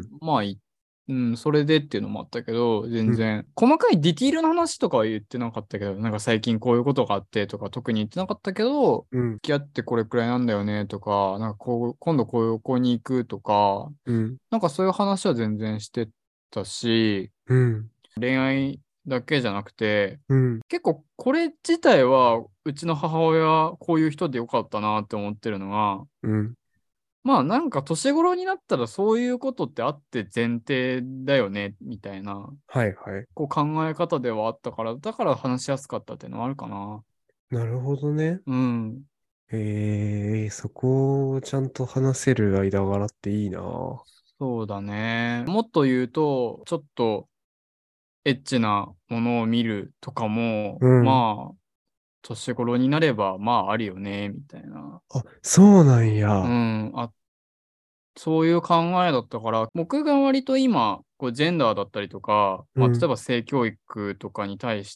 まあうん、それでっていうのもあったけど、 うん、 全然、細かいディティールの話とかは言ってなかったけど、なんか最近こういうことがあってとか特に言ってなかったけど、 うん、 付き合ってこれくらいなんだよねとか、なんか今度こうに行くとか、 うん、 なんかそういう話は全然してたし、 うん、 恋愛だけじゃなくて、 うん、 結構これ自体はうちの母親こういう人でよかったなって思ってるのが、 うん。 まあなんか年頃になったらそういうことってあって前提だよねみたいなはいはい。 こう考え方ではあったから、だから話しやすかったっていうのはあるかな。 なるほどね。 うん。 そこをちゃんと話せる間柄っていいな。 そうだね。もっと言うと、ちょっとエッチなものを見るとかも、 うん。 まあ、年頃になれば、まあ、あるよね、みたいな。 あ、そうなんや。 うん。そういう考えだったから、僕が割と今、こう、ジェンダーだったりとか、まあ、例えうん、 ば性教育とかに対して、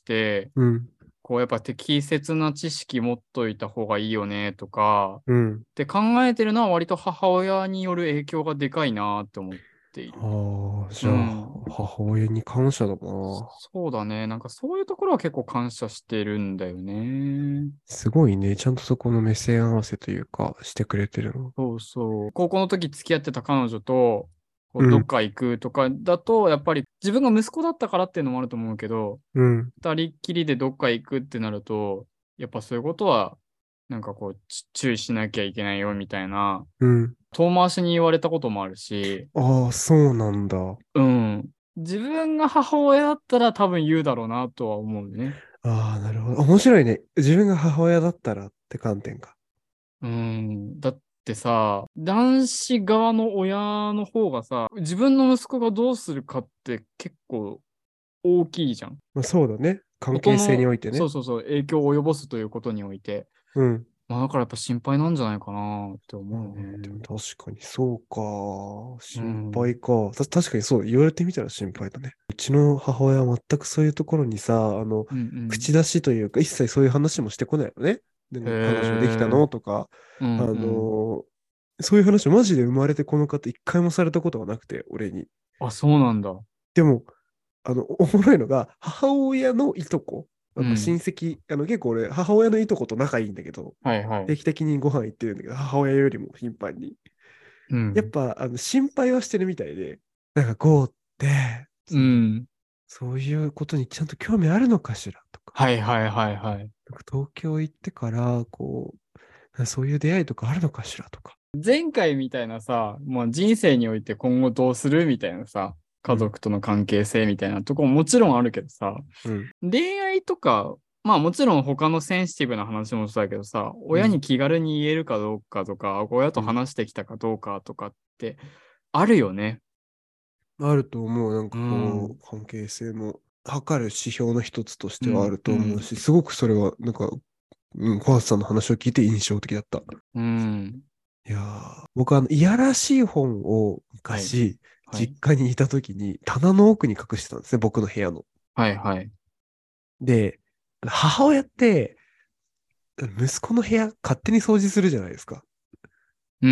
うん、 こう、やっぱ適切な知識持っといた方がいいよね、とか、 うん。 って考えてるのは割と母親による影響がでかいなって思っている。 ああ、じゃあ、 うん。 母親に感謝だな。 そうだね。なんかそういうところは結構感謝してるんだよね。 すごいね。ちゃんとそこの目線合わせというか、してくれてるの。 そうそう。高校の時付き合ってた彼女と、こううん、 どっか行くとかだと、やっぱり自分が息子だったからっていうのもあると思うけど、 うん、 二人っきりでどっか行くってなると、やっぱそういうことはなんかこう、注意しなきゃいけないよみたいな、 うん。 遠回しに言われたこともあるし、 ああ、そうなんだ。 うん。自分が母親だったら多分言うだろうなとは思うね。 ああ、なるほど。面白いね。自分が母親だったらって観点か。 うん。だってさ、男子側の親の方がさ、自分の息子がどうするかって結構大きいじゃん。 まあ、そうだね。関係性に音の、 おいてね。 そうそうそう、影響を及ぼすということにおいて。 うん。 まあだからやっぱ心配なんじゃないかなってあ思うあ、でもね。 確かにそうか。 う心ん。 配か。確かにそう。言われてみたら心配だね。うちの母親は全くそういうところにさ、 うんうん。 口出しというか、一切そういう話もしてこないのね。でへも彼女できたえ。 のとか、 うんうん。 そういう話マジで生まれてこの方一回もされたことがなくて、俺に。 あ、そうなんだ。 でも、おもろいのが、母親のいとこ、まあ、親うん。 戚、結構俺、母親のいとこと仲いいんだけど、 はいはい。 定期的にご飯行ってるんだけど、母親よりも頻繁に。 うん。 やっぱ、心配はしてるみたいで、なんか、ゴーって、 うん。 そういうことにちゃんと興味あるのかしらとか、 はいはいはいはい。 なんか東京行ってから、そういう出会いとかあるのかしらとか。 前回みたいなさ、もう人生において今後どうするみたいなさ、 うん、 家族との関係性みたいなとこももちろんあるけどさ、 うん、 恋愛とか、まあもちろん他のセンシティブな話もそうだけどさ、 うん、 親に気軽に言えるかどうかとか、親とうん。 話してきたかどうかとかってあるよね。 あると思う。なんうかん。 関係性も測る指標の一つとしうん。 てはあるうん。 と思うし、すごくそれは、なんか、小橋さんの話を聞いて印象的だった。 うん。 いや僕はいやらしい本をはい。 昔、 はい。 実家にいた時に棚の奥に隠してたんですね、僕の部屋の。 はいはい。 で、母親って、息子の部屋勝手に掃除するじゃないですか。 うん。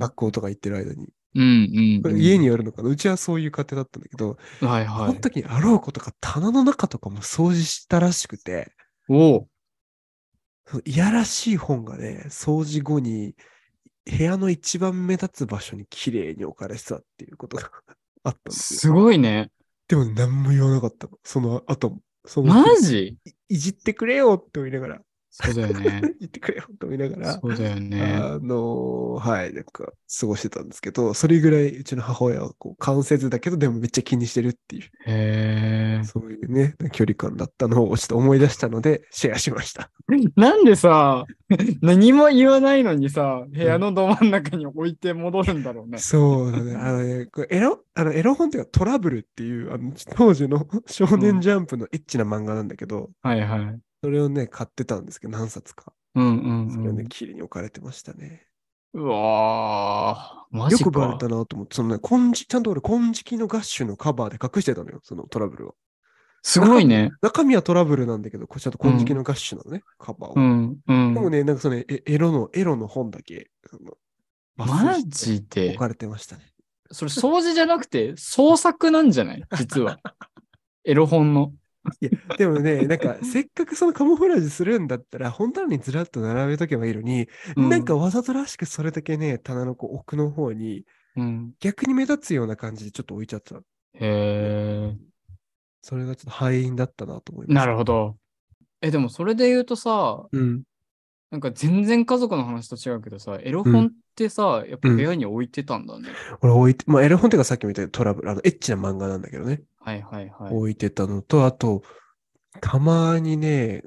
学校とか行ってる間に。 うん家によるのかな、うちはそういう家庭だったんだけど、 うん。はいそのはい。 時にあろうことか棚の中とかも掃除したらしくて、 おお。 そのいやらしい本がね、掃除後に部屋の一番目立つ場所に綺麗に置かれてたっていうことがあったんですよ。 すごいね。 でも何も言わなかったの。その後も。そのマ日も。 ジいじってくれよって思いながら。 そうだよね。 いじってくれよって思いながら、 そうだよね。 はい、なんか過ごしてたんですけど、それぐらいうちの母親は間接だけど、でもめっちゃ気にしてるっていう、 へえ。 そういうね、距離感だったのをちょっと思い出したので、シェアしました。 なんでさ、何も言わないのにさ、部うん。 屋のど真ん中に置いて戻るんだろうね。 そうだね。これエロ本っていうかトラブルっていう、当時の少うん。 年ジャンプのエッチな漫画なんだけど、 はいはい。 それをね、買ってたんですけど、何冊か。 うんうんそれはね、 うん。 綺麗に置かれてましたね。 うわー、マよくバレたジか。 なと思って、ちゃんと俺、金色のガッシュのカバーで隠してたのよ、そのトラブルを。 すごいね。 中身はトラブルなんだけど、これちゃんと金色うん、 のガッシュなのね、カバーは。 うん、うん。 でもね、なんかそのエロの本だけ、抜粋マしてジで。 置かれてましたね。 それ掃除じゃなくて創作なんじゃない実は。エロ本の。 いや、でもね、なんか、せっかくそのカモフラージュするんだったら、本棚にずらっと並べとけばいいのに、なんかうん、 わざとらしくそれだけね、棚の奥の方に、 うん。 逆に目立つような感じでちょっと置いちゃってた。 へね。 え。 それがちょっと敗因だったなと思いまなす。 るほど。でもそれで言うとさ、 うん。 なんか全然家族の話と違うけどさ、エロうん。 本ってさ、やっぱ部うん。 屋に置いてたんだね。 俺置いて、まあ、エロ本っていうかさっきみたいなトラブル、エッチな漫画なんだけどね。 はいはいはい。 置いてたのと、あと、たまにね、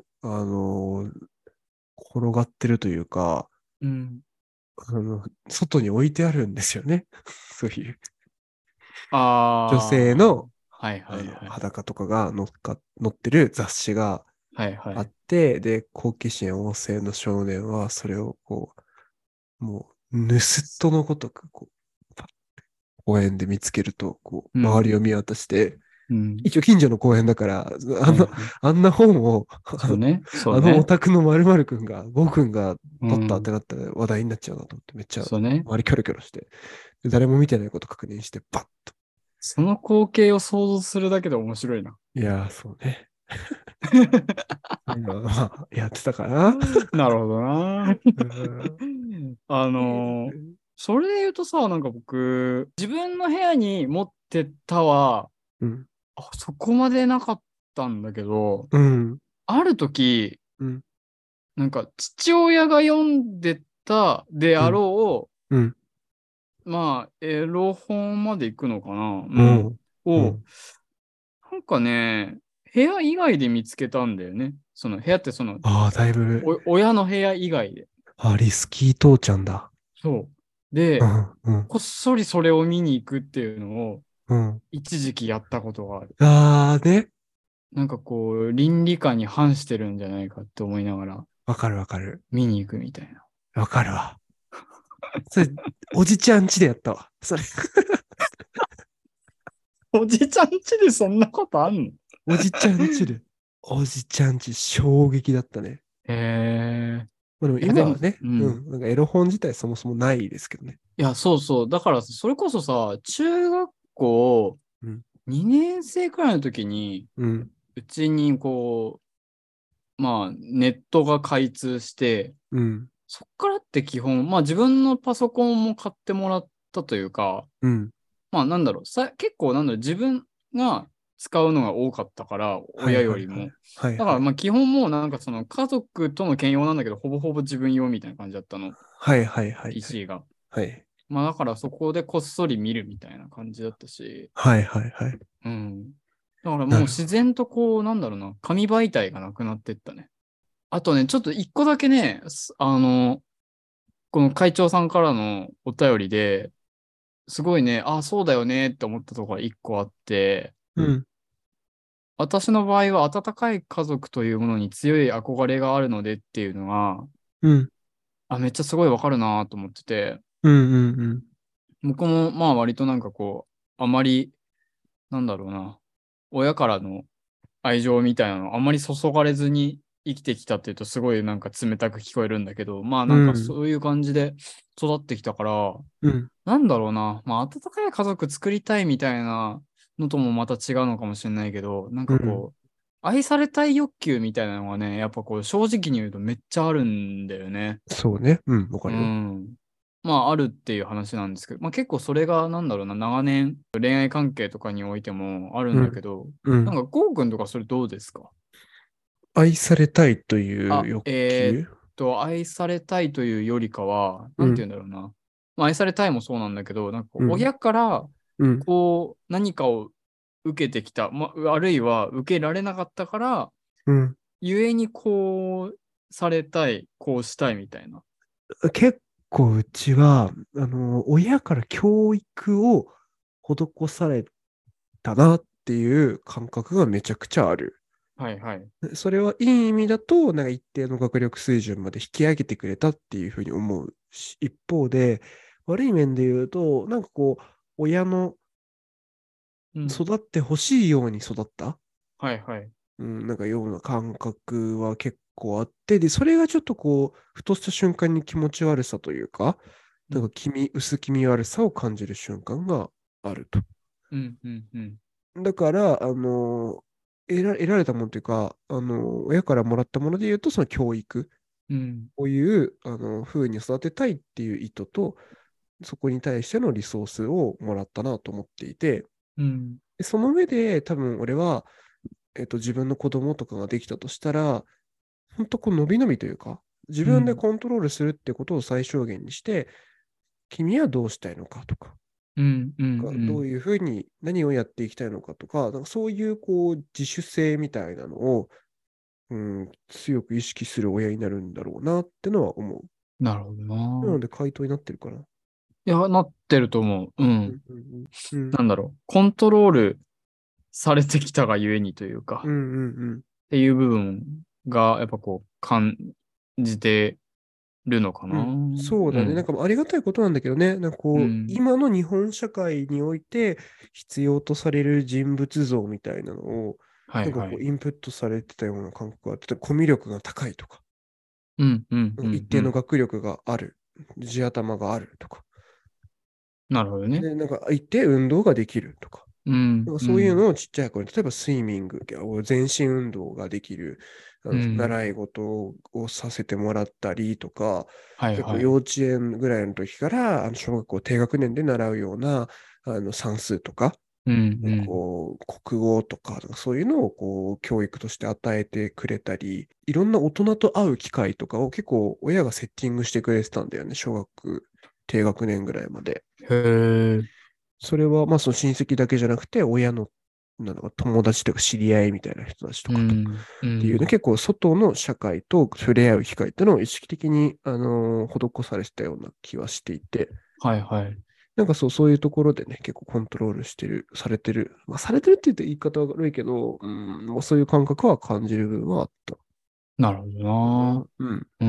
転がってるというか、 うん。 外に置いてあるんですよね。そういう女性ああ、 の、 はいはいはい。 裸とかが載ってる雑誌があっはいはい。 て、で、好奇心旺盛の少年はそれをもう、盗人のごとく、パッ公園で見つけると、 うん。 周りを見渡して、 うん。 一応近所の公園だから、あんな、 はいはい。 あんな本を、 そうね。そうあのオね。 タクの〇〇くんが、ゴーくんが撮ったってうん。 なったら話題になっちゃうなと思って、めっちゃそうね。 周りキョロキョロして、で誰も見てないこと確認して、バッと。 その光景を想像するだけで面白いな。 いやー、そうね。まあ、やってたかな。 なるほどな。 うん。 それで言うとさ、なんか僕、自分の部屋に持ってったは、 うん。 そこまでなかったんだけど、 うん。 ある時、 うん。 なんか父親が読んでたであろうん。 う、まあ、エロ本まで行くのかな、 うん。 を、 うんなんかね、部屋以外で見つけたんだよね。その部屋ってああ、だいぶ、 親の部屋以外で。 リスキー父ちゃんだ。 そう。で、 うん、うん、 こっそりそれを見に行くっていうのをうん。 一時期やったことがある。 ああ、ね。 なんかこう、倫理観に反してるんじゃないかって思いながらわかるわかる。 見に行くみたいな。 わかるわ。それ、おじちゃん家でやったわ。それ、 おじちゃん家でそんなことあんの？ おじちゃん家で。おじちゃん家、衝撃だったね。 へえ。 まあ、でもいや、でも、 今はね、 うん。 うん、なんかエロ本自体そもそもないですけどね。 いや、そうそう。だから、それこそさ、中学校うん、 2年生くらいの時に、 うん、 うちにこう、まあ、ネットが開通して、 うん、 そっからって基本、まあ自分のパソコンも買ってもらったというか、 うん。 まあなんだろう、結構なんだろう、自分が使うのが多かったから、 はい親よりも。 はいはい。はいはい。 だからまあ基本もうなんかその家族との兼用なんだけど、ほぼほぼ自分用みたいな感じだったの、 はいはいはいはい。 PC が。 はい。 まあだからそこでこっそり見るみたいな感じだったし、 はいはいはい。 うん。だからもうなるほど。 自然とこう、なんだろうな、紙媒体がなくなってったね。あとね、ちょっと一個だけね、この会長さんからのお便りで、すごいね、あ、そうだよねって思ったところが一個あって、 うん、 私の場合は温かい家族というものに強い憧れがあるのでっていうのが、 うん、 あ、めっちゃすごいわかるなと思ってて、 うん、うん、うん。 僕もまあ割となんかこう、あまり、なんだろうな、親からの愛情みたいなのあんまり注がれずに生きてきたっていうとすごいなんか冷たく聞こえるんだけど、まあなんかうん、 そういう感じで育ってきたから、 うん、 なんだろうな、まあ温かい家族作りたいみたいなのともまた違うのかもしれないけど、なんうん。 かこう、愛されたい欲求みたいなのがね、やっぱこう正直に言うとめっちゃあるんだよね。 そうね。うん、わかうるよ。 ん。まああるっていう話なんですけど、まあ結構それがなんだろうな、長年恋愛関係とかにおいてもあるんうん、 だけど、 うん。 なんかゴーくんとかそれどうですか？ 愛されたいというあ、 欲求。 愛されたいというよりかは、なんて言ううん、 んだろうな。まあ、愛されたいもそうなんだけど、なんかこううん、 親からうん、 こう何かを受けてきた、あるいは受けられなかったから、 うん。 ゆえにこうされたい、こうしたいみたいな。 結構うちは、親から教育を施されたなっていう感覚がめちゃくちゃある。 はいはい。 それはいい意味だと、なんか一定の学力水準まで引き上げてくれたっていうふうに思うし、一方で、悪い面で言うと、なんかこう、親のうん。 育ってほしいように育った、 はいはい。 うん、なんかような感覚は結構あって、で、それがちょっとこう、ふとした瞬間に気持ち悪さというか、 うん。 薄気味悪さを感じる瞬間があると。 うん。うん。うん。 だから、得られたものというか、親からもらったもので言うと、その教育。 うん。 こういう、風に育てたいっていう意図と、そこに対してのリソースをもらったなと思っていて、 うん。 でその上で多分俺は、自分の子供とかができたとしたら、本当こう伸び伸びというか、自分でうん。 コントロールするってことを最小限にして、君はどうしたいのかとか、 うん。うん。 どういうふうに何をやっていきたいのかとか、なんかそういうこう自主性みたいなのを、うん、強く意識する親になるんだろうなってのは思う。 なるほどな。 なので回答になってるかな。 いや、なってると思う。うん。 うんうんうんなんだろう。コントロールされてきたがゆえにというか、 うんうんっていう部分が、やっぱこう、感じてるのかな。 うん。そうだね。なんうん。 かありがたいことなんだけどね。なんかこう、 うん。 今の日本社会において必要とされる人物像みたいなのを、なんかこう、 はいはい。 インプットされてたような感覚があって、例えばコミュ力が高いとか、 うん、うん、うん、う一定のん。 学力がある、地頭があるとか、 なるほどね。 で、なんか一定運動ができるとか、 うん、 なんかうん、 そういうのをちっちゃい頃に、例えばスイミング、全身運動ができる、 うん。 習い事をさせてもらったりとか、 はいはい。 結構幼稚園ぐらいの時から、小学校低学年で習うような、算数とか、 うんうん。 こう、国語とか、そういうのをこう、教育として与えてくれたり、いろんな大人と会う機会とかを結構親がセッティングしてくれてたんだよね、小学低学年ぐらいまで。 へえ。 それは、まあその親戚だけじゃなくて、親の、なんだか友達とか知り合いみたいな人たちとうかと、っんうん。 ていうね、結構外の社会と触れ合う機会っていうのを意識的に、施されてたような気はしていて、 はいはい。 なんかそう、そういうところでね、結構コントロールしてる、されてる。まあ、されてるって言うと言い方は悪いけど、もうそういう感覚は感じる部分はあったなるほどな。 かな。うん。 うん。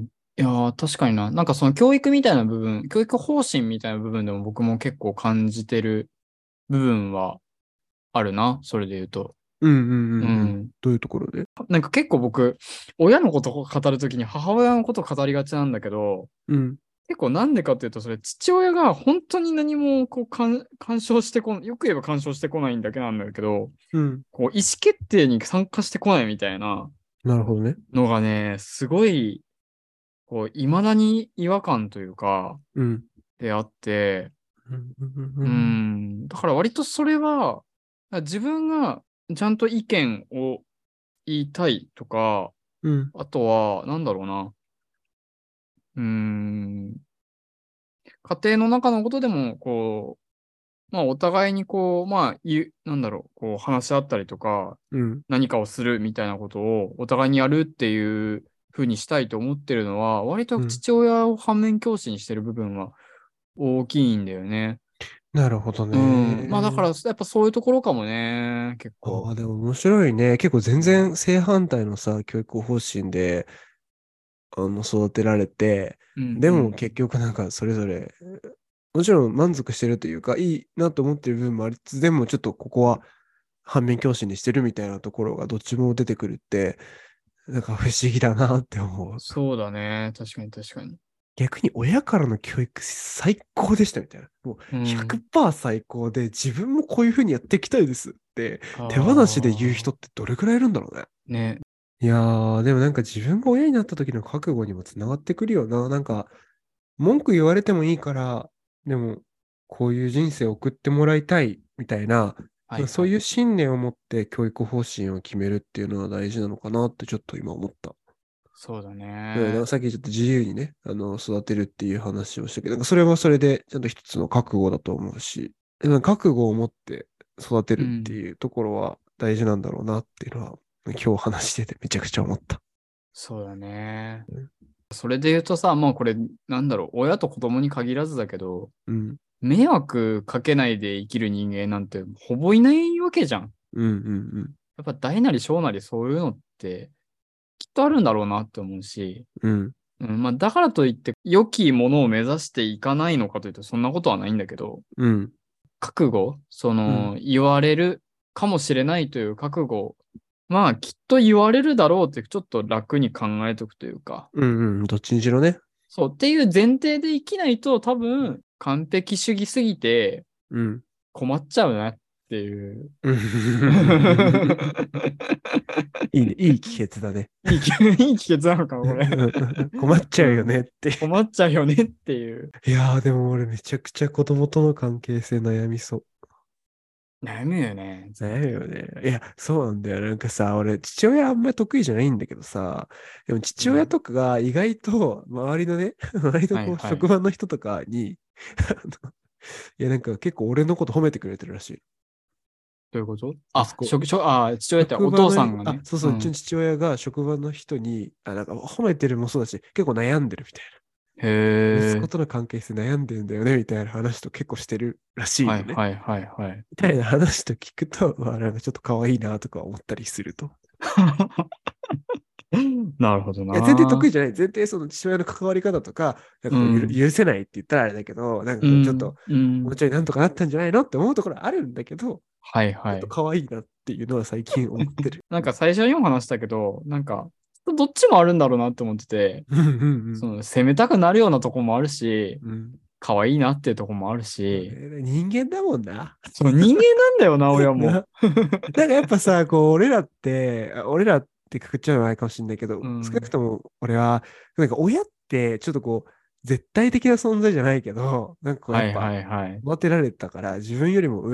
いやー、確かにな。なんかその教育みたいな部分、教育方針みたいな部分でも僕も結構感じてる部分はあるな。それで言うと。 うんうんうんうん。 うん。 どういうところで？ なんか結構僕、親のことを語るときに母親のことを語りがちなんだけど、 うん。 結構なんでかっていうと、それ父親が本当に何もこう干渉してこん、よく言えば干渉してこないんだけなんだけど、 うん。 こう意思決定に参加してこないみたいななるほどね。 のがね、すごい、こう、未だに違和感というか、 うん。 であって、 うんうんうんだから割とそれは、自分がちゃんと意見を言いたいとか、 うん。 あとは、なんだろうな、うーん、家庭の中のことでも、こう、まあ、お互いにこう、まあ、なんだろう、こう、話し合ったりとか、 うん。 何かをするみたいなことをお互いにやるっていう風にしたいと思ってるのは、割とうん。 父親を反面教師にしてる部分は大きいんだよね。 なるほどうん。まあだから、 ね。 やっぱそういうところかもね、結構。 ああ、でも面白いね。結構全然正反対のさ、教育方針で、育てられて、 うんでうん。 も結局なんかそれぞれ、もちろん満足してるというか、いいなと思ってる部分もありつつ、でもちょっとここは反面教師にしてるみたいなところがどっちも出てくるって、なんか不思議だなって思う。 そうだね。確かに確かに。 逆に親からの教育最高でしたみたいな。もううん。 100%最高で自分もこういうふうにやっていきたいですって手放しで言う人ああ、 ってどれくらいいるんだろうね。 ね。 いやー、でもなんか自分が親になった時の覚悟にもつながってくるよな。なんか文句言われてもいいから、でもこういう人生を送ってもらいたいみたいな、そういうはいはい。 信念を持って教育方針を決めるっていうのは大事なのかなってちょっと今思った。 そうだね。 うん、さっきちょっと自由にね、育てるっていう話をしたけど、なんかそれはそれでちゃんと一つの覚悟だと思うし、でも覚悟を持って育てるってうん。 いうところは大事なんだろうなっていうのは、今日話しててめちゃくちゃ思った。 そうだね。 うん。 それで言うとさ、まあこれ、なんだろう、親と子供に限らずだけど、 うん。 迷惑かけないで生きる人間なんてほぼいないわけじゃん。 うん。うん。 やっぱ大なり小なりそういうのってきっとあるんだろうなって思うし、 うん。 まあだからといって良きものを目指していかないのかというとそんなことはないんだけど、 うん。 覚悟、そうん。 の言われるかもしれないという覚悟、まあきっと言われるだろうってちょっと楽に考えとくというか、 うん。うん。どっちにしろね。 そうっていう前提で生きないと多分完璧主義すぎてうん。 困っちゃうなっていう。 うん。いいね。いい帰結だね。 いい帰結なのかな、これ。 困っちゃうよねうん。 って。 困っちゃうよねっていう。 いやー、でも俺めちゃくちゃ子供との関係性悩みそう。 悩むよね、絶悩むよ対。 ね。いや、そうなんだよ。なんかさ、俺、父親あんまり得意じゃないんだけどさ、でも父親うん。 とかが意外と、周りのね、周りのこう、 はいはい。 職場の人とかに、いや、なんか結構俺のこと褒めてくれてるらしい。 どういうことあ、 息子。 父親ってお職場の、 父さんがね。 そうそう、うちのうん。 父親が職場の人に、なんか褒めてるもそうだし、結構悩んでるみたいへな。息子え。 との関係性悩んでるんだよね、みたいな話と結構してるらしいのね。 はいはいはいはい。 みたいな話と聞くと、なんかちょっと可愛いなとか思ったりすると。 なるほどいや、全然得な。 意じゃない。全然その父親の関わり方とか、なんかこううん。 許せないって言ったらあれだけど、なんかうこうちょっと、 ん。うん。 もうちょいなんとかなったんじゃないのって思うところあるんだけど、ちょっとはいはい。 可愛いなっていうのは最近思ってる。 なんか最初にも話したけど、なんか、どっちもあるんだろうなって思ってて、 うんうんその攻めたくなるようなとこもあるし、 うん。うん。 可愛いなっていうとこもあるし、 そうね、人間だもんな。 その人間なんだよな、親も。 な、なんかやっぱさ、こう、俺らってくくっちゃうのはあれかもしれないけど、少なくうん。 とも俺は、なんか親ってちょっとこう、絶対的な存在じゃないけど、なんかこうやっぱ、 はいはいはい。 育てられたから、自分よりも上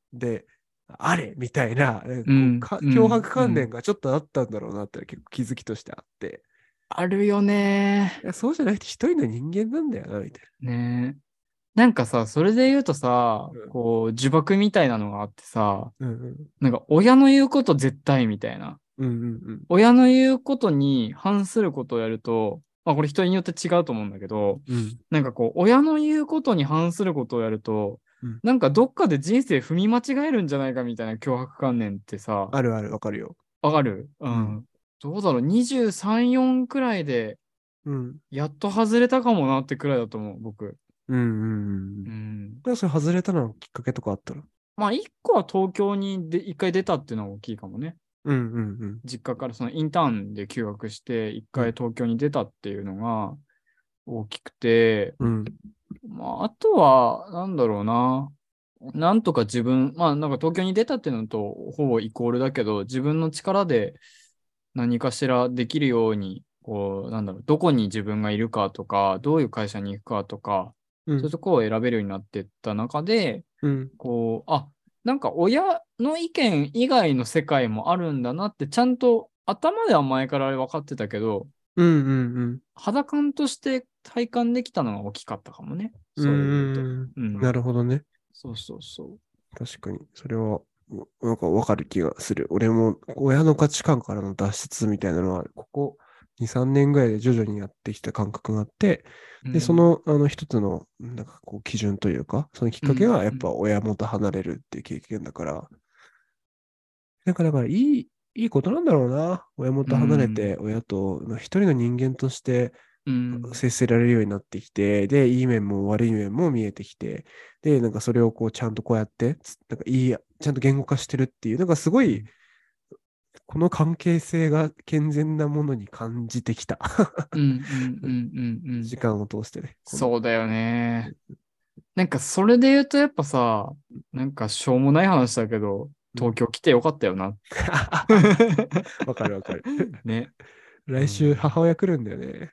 で、あれみたいな、 うん脅迫観念がちょっとあったんだろうなって結構気づきとしてあって。 あるよね。 いや、そうじゃなくて一人の人間なんだよな、みたいね。なんかさ、それで言うとさ、 な。 こう、呪縛みたいなのがあってさ、 うんうんなんか親の言うこと絶対みたいな。 うんうん親の言うことに反することをやると、まあこれ人によって違うと思うんだけど、 うんなんかこう、親の言うことに反することをやると、 うんなんかどっかで人生踏み間違えるんじゃないかみたいな脅迫観念ってさ、 あるある、わかるよ。 わかる？ううんん。どうだろう？ 23、4くらいで、 うんやっと外れたかもなってくらいだと思う、僕。 うんうんうん。 うん。 だからそれ外れたのきっかけとかあったの？ まあ、一個は東京に一回出たっていうのが大きいかもね。 うんうん実家からそのインターンで休学して、一回東京に出たっていうのが大きくて、 うんまあ、あとは、なんだろうな。なんとか自分、まあ、なんか東京に出たっていうのとほぼイコールだけど、自分の力で何かしらできるように、こう、なんだろう、どこに自分がいるかとか、どういう会社に行くかとか、 うんそういうところを選べるようになっていった中で、 うんこう、あ、なんか親の意見以外の世界もあるんだなって、ちゃんと頭では前から分かってたけど、 うんうん肌感として体感できたのが大きかったかもね。 うんそれで言うと。 なるほどね。 そうそうそ確かに。それは、なんかわかる気がする。俺も親の価値観からの脱出みたいなのは、ここ2、3年ぐらいで徐々にやってきた感覚があって、 う。 で、その、一つの、なんかこう、基準というか、そのきっかけがやっぱ親元離れるっていう経験だから、だからいいことなんだろうな。親元離れて、親と、一人の人間として接せられるようになってきて、で、いい面も悪い面も見えてきて、で、なんかそれをこう、ちゃんとこうやって、なんかちゃんと言語化してるっていう、なんかすごい、この関係性が健全なものに感じてきた。時間を通してね。 そうだよね。なんかそれで言うとやっぱさ、なんかしょうもない話だけど、東京来てよかったよな。 わかるわかる。 ね。 来週母親来るんだよね。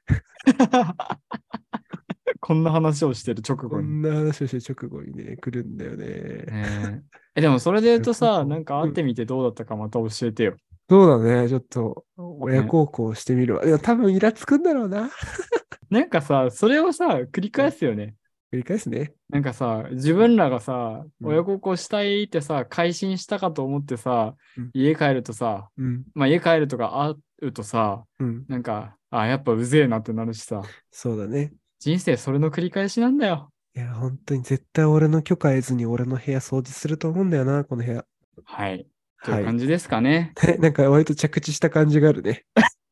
こんな話をしてる直後に。 こんな話をして直後にね、来るんだよね。 ねでもそれで言うとさ、なんか会っうん、 てみてどうだったかまた教えてよ。 そうだね。ちょっと、親ね、 孝行してみるわ。でも多分イラつくんだろうな。 なんかさ、それをさ、繰りうん、 返すよね。 繰り返すね。 なんかさ、自分らがさ、 うん、 親孝行したいってさ、改心したかと思ってさ、 うん、 家帰るとさ、 うん、 まあ家帰るとか会うとさ、 うん。 なんか、あ、やっぱうぜえなってなるしさ、 そうだね。 人生それの繰り返しなんだよ。 いや、本当に絶対俺の許可得ずに俺の部屋掃除すると思うんだよな、この部屋。 はい。というはい。 感じですかね。 なんか割と着地した感じがあるね。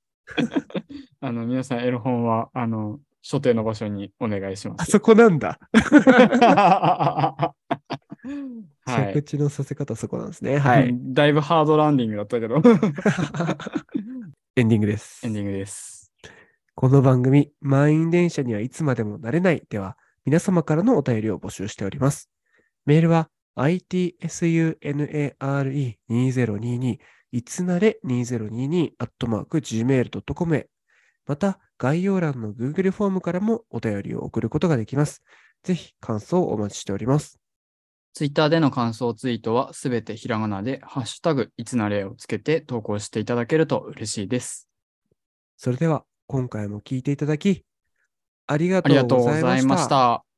皆さん、エロ本は、所定の場所にお願いします。 あそこなんだ。 は着い。 地のさせ方そこなんですね。はい。 だいぶハードランディングだったけどエンディングです。 エンディングです。 この番組、満員電車にはいつまでもなれないでは、皆様からのお便りを募集しております。メールは、itsunare2022 いつなれ2022 @gmail.com へ。また、概要欄の Google フォームからもお便りを送ることができます。ぜひ、感想をお待ちしております。 ツイッターでの感想ツイートはすべてひらがなで、ハッシュタグいつなれをつけて投稿していただけると嬉しいです。 それでは、今回も聞いていただき、ありがありがとうございとうございました。 ました。